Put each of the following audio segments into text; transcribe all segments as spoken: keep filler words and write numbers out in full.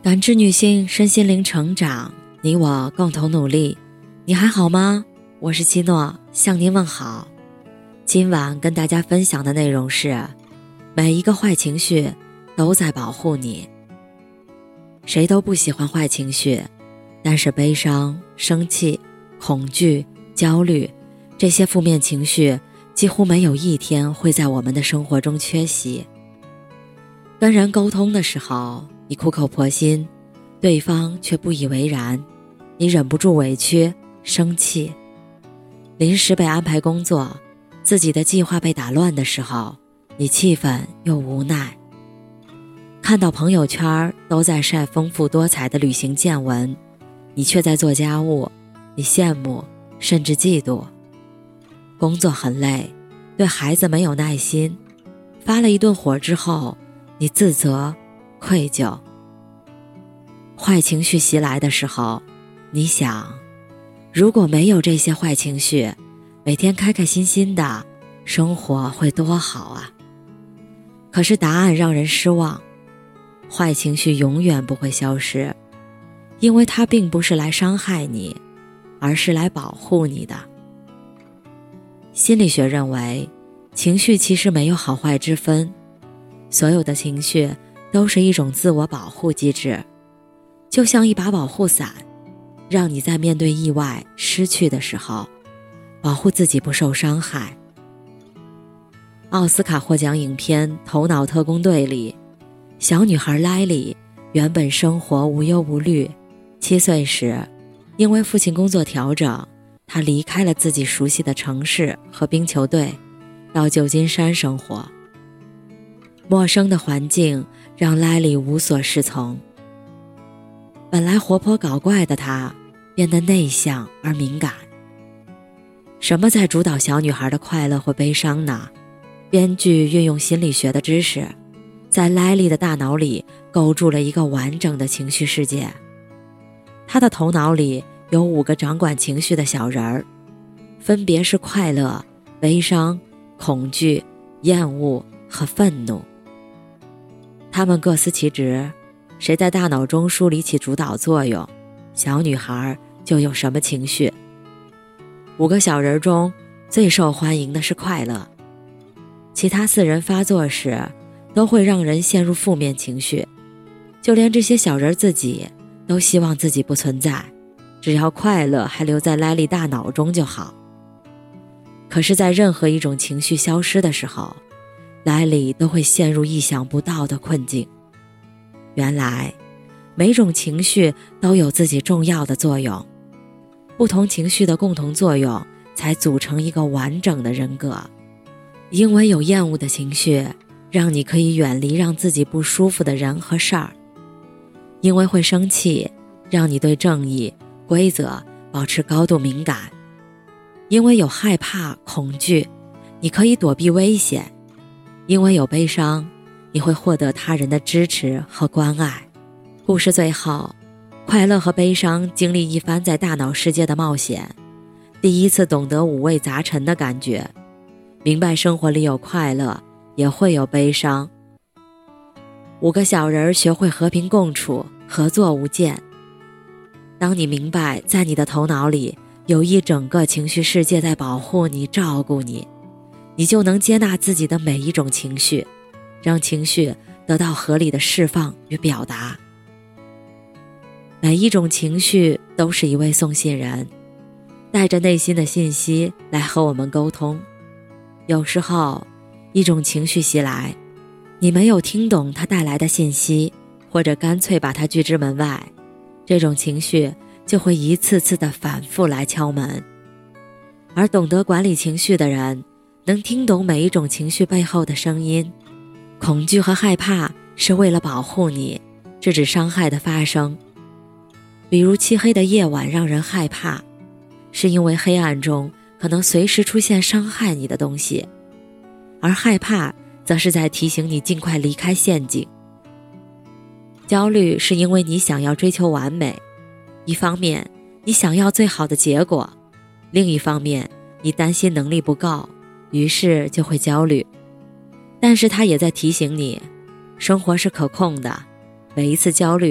感知女性身心灵成长，你我共同努力。你还好吗？我是七诺，向您问好。今晚跟大家分享的内容是，每一个坏情绪都在保护你。谁都不喜欢坏情绪，但是悲伤、生气、恐惧、焦虑，这些负面情绪几乎没有一天会在我们的生活中缺席。跟人沟通的时候，你苦口婆心，对方却不以为然，你忍不住委屈、生气。临时被安排工作，自己的计划被打乱的时候，你气愤又无奈。看到朋友圈都在晒丰富多彩的旅行见闻，你却在做家务，你羡慕甚至嫉妒。工作很累，对孩子没有耐心，发了一顿火之后，你自责愧疚。坏情绪袭来的时候，你想，如果没有这些坏情绪，每天开开心心的生活会多好啊。可是答案让人失望，坏情绪永远不会消失，因为它并不是来伤害你，而是来保护你的。心理学认为，情绪其实没有好坏之分，所有的情绪都是一种自我保护机制，就像一把保护伞，让你在面对意外失去的时候，保护自己不受伤害。奥斯卡获奖影片《头脑特工队》里，小女孩莱莉原本生活无忧无虑，七岁时因为父亲工作调整，她离开了自己熟悉的城市和冰球队，到旧金山生活。陌生的环境让莱莉无所适从，本来活泼搞怪的她变得内向而敏感。什么在主导小女孩的快乐或悲伤呢？编剧运用心理学的知识，在莱莉的大脑里构筑了一个完整的情绪世界。她的头脑里有五个掌管情绪的小人儿，分别是快乐、悲伤、恐惧、厌恶和愤怒。他们各司其职，谁在大脑中梳理起主导作用，小女孩就有什么情绪。五个小人中最受欢迎的是快乐，其他四人发作时都会让人陷入负面情绪，就连这些小人自己都希望自己不存在，只要快乐还留在莱莉大脑中就好。可是在任何一种情绪消失的时候，莱莉都会陷入意想不到的困境。原来每种情绪都有自己重要的作用，不同情绪的共同作用才组成一个完整的人格。因为有厌恶的情绪，让你可以远离让自己不舒服的人和事儿；因为会生气，让你对正义、规则保持高度敏感；因为有害怕、恐惧，你可以躲避危险；因为有悲伤，你会获得他人的支持和关爱。故事最后，快乐和悲伤经历一番在大脑世界的冒险，第一次懂得五味杂陈的感觉，明白生活里有快乐，也会有悲伤。五个小人学会和平共处，合作无间。当你明白在你的头脑里有一整个情绪世界在保护你、照顾你，你就能接纳自己的每一种情绪，让情绪得到合理的释放与表达。每一种情绪都是一位送信人，带着内心的信息来和我们沟通。有时候一种情绪袭来，你没有听懂它带来的信息，或者干脆把它拒之门外，这种情绪就会一次次的反复来敲门。而懂得管理情绪的人，能听懂每一种情绪背后的声音。恐惧和害怕是为了保护你，制止伤害的发生。比如漆黑的夜晚让人害怕，是因为黑暗中可能随时出现伤害你的东西，而害怕则是在提醒你尽快离开陷阱。焦虑是因为你想要追求完美，一方面你想要最好的结果，另一方面你担心能力不够，于是就会焦虑。但是它也在提醒你，生活是可控的，每一次焦虑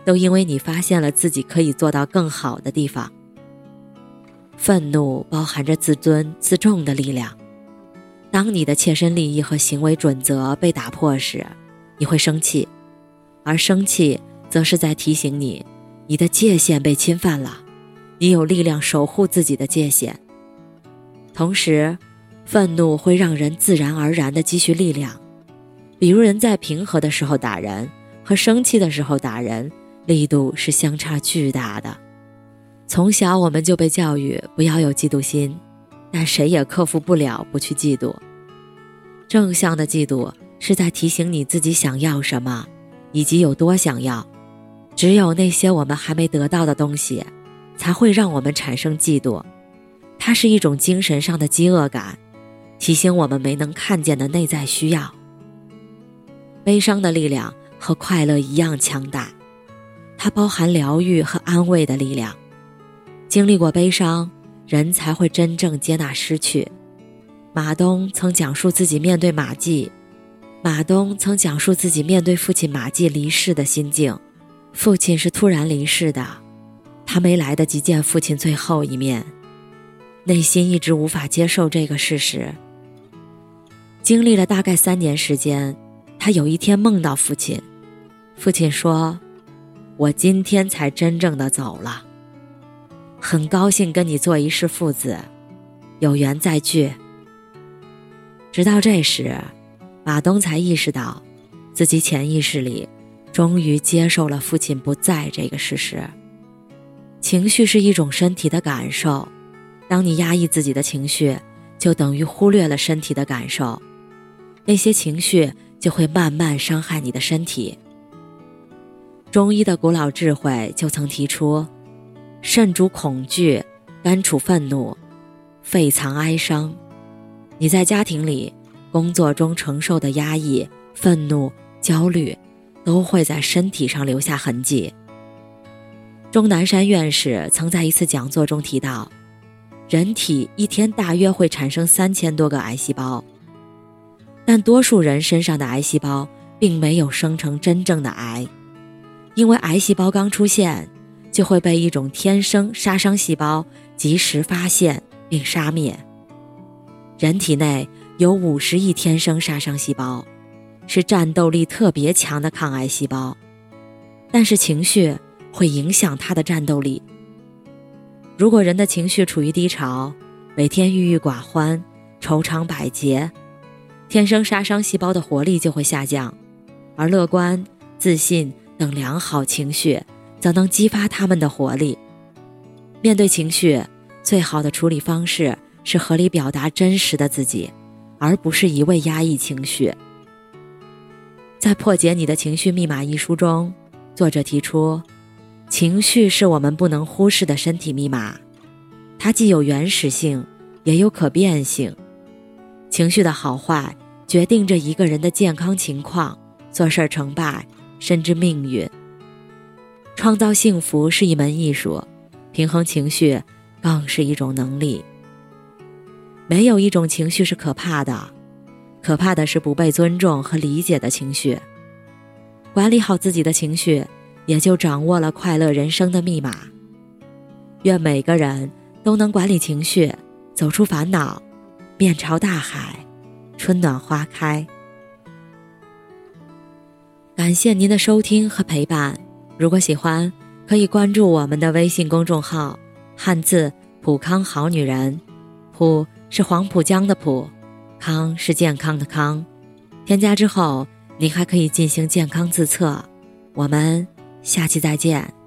都因为你发现了自己可以做到更好的地方。愤怒包含着自尊自重的力量，当你的切身利益和行为准则被打破时，你会生气，而生气则是在提醒你，你的界限被侵犯了，你有力量守护自己的界限。同时，愤怒会让人自然而然地积蓄力量，比如人在平和的时候打人和生气的时候打人，力度是相差巨大的。从小我们就被教育不要有嫉妒心，但谁也克服不了不去嫉妒。正向的嫉妒是在提醒你自己想要什么，以及有多想要。只有那些我们还没得到的东西，才会让我们产生嫉妒。它是一种精神上的饥饿感，提醒我们没能看见的内在需要。悲伤的力量和快乐一样强大，它包含疗愈和安慰的力量。经历过悲伤，人才会真正接纳失去。马东曾讲述自己面对马季，马东曾讲述自己面对父亲马季离世的心境。父亲是突然离世的，他没来得及见父亲最后一面，内心一直无法接受这个事实。经历了大概三年时间，他有一天梦到父亲，父亲说：“我今天才真正的走了，很高兴跟你做一世父子，有缘再聚。”直到这时，马东才意识到，自己潜意识里终于接受了父亲不在这个事实。情绪是一种身体的感受，当你压抑自己的情绪，就等于忽略了身体的感受，那些情绪就会慢慢伤害你的身体。中医的古老智慧就曾提出，肾主恐惧，肝处愤怒，肺藏哀伤。你在家庭里、工作中承受的压抑、愤怒、焦虑，都会在身体上留下痕迹。钟南山院士曾在一次讲座中提到，人体一天大约会产生三千多个癌细胞，但多数人身上的癌细胞并没有生成真正的癌，因为癌细胞刚出现，就会被一种天生杀伤细胞及时发现并杀灭。人体内有五十亿天生杀伤细胞，是战斗力特别强的抗癌细胞，但是情绪会影响它的战斗力。如果人的情绪处于低潮，每天郁郁寡欢，愁肠百结，天生杀伤细胞的活力就会下降，而乐观、自信等良好情绪则能激发他们的活力。面对情绪，最好的处理方式是合理表达真实的自己，而不是一味压抑情绪。在《破解你的情绪密码》一书中，作者提出，情绪是我们不能忽视的身体密码，它既有原始性，也有可变性。情绪的好坏决定着一个人的健康情况、做事成败，甚至命运。创造幸福是一门艺术，平衡情绪更是一种能力。没有一种情绪是可怕的，可怕的是不被尊重和理解的情绪。管理好自己的情绪，也就掌握了快乐人生的密码。愿每个人都能管理情绪，走出烦恼，面朝大海，春暖花开。感谢您的收听和陪伴，如果喜欢，可以关注我们的微信公众号汉字普康好女人，普是黄浦江的浦，康是健康的康。添加之后，您还可以进行健康自测。我们下期再见。